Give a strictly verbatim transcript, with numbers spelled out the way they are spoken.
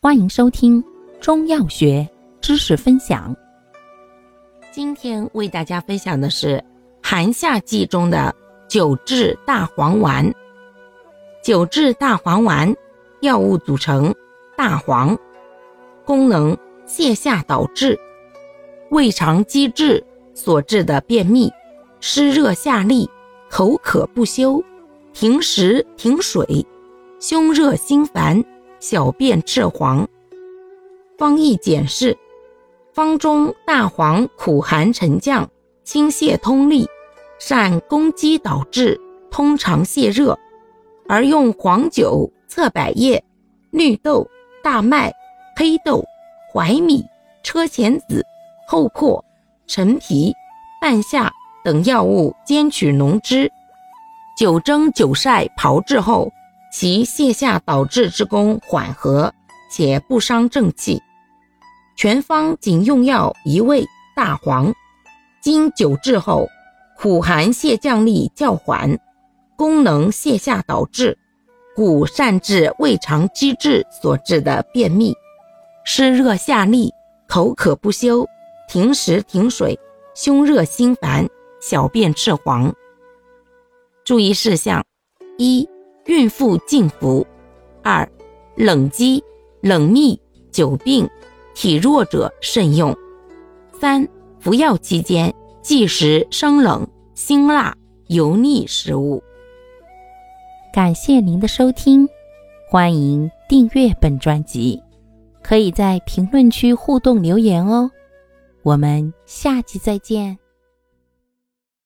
欢迎收听中药学知识分享。今天为大家分享的是寒夏季中的九制大黄丸。九制大黄丸药物组成：大黄，功能泻下导滞，胃肠积滞所致的便秘、湿热下痢、口渴不休、停食停水、胸热心烦、小便赤黄。方义简释：方中大黄苦寒沉降，清泻通利，善攻积导滞，通肠泻热，而用黄酒、侧柏叶、绿豆、大麦、黑豆、淮米、车前子、厚朴、陈皮、半夏等药物煎取浓汁，久蒸久晒炮制后，其泻下导滞之功缓和，且不伤正气。全方仅用药一味大黄，经久治后，苦寒泻降力较缓，功能泻下导滞，故善治胃肠积滞所致的便秘、湿热下痢、口渴不休、停食停水、胸热心烦、小便赤黄。注意事项：一、孕妇禁服；二、冷积、冷秘、久病、体弱者慎用；三、服药期间忌食生冷、辛辣、油腻食物。感谢您的收听，欢迎订阅本专辑，可以在评论区互动留言哦。我们下期再见。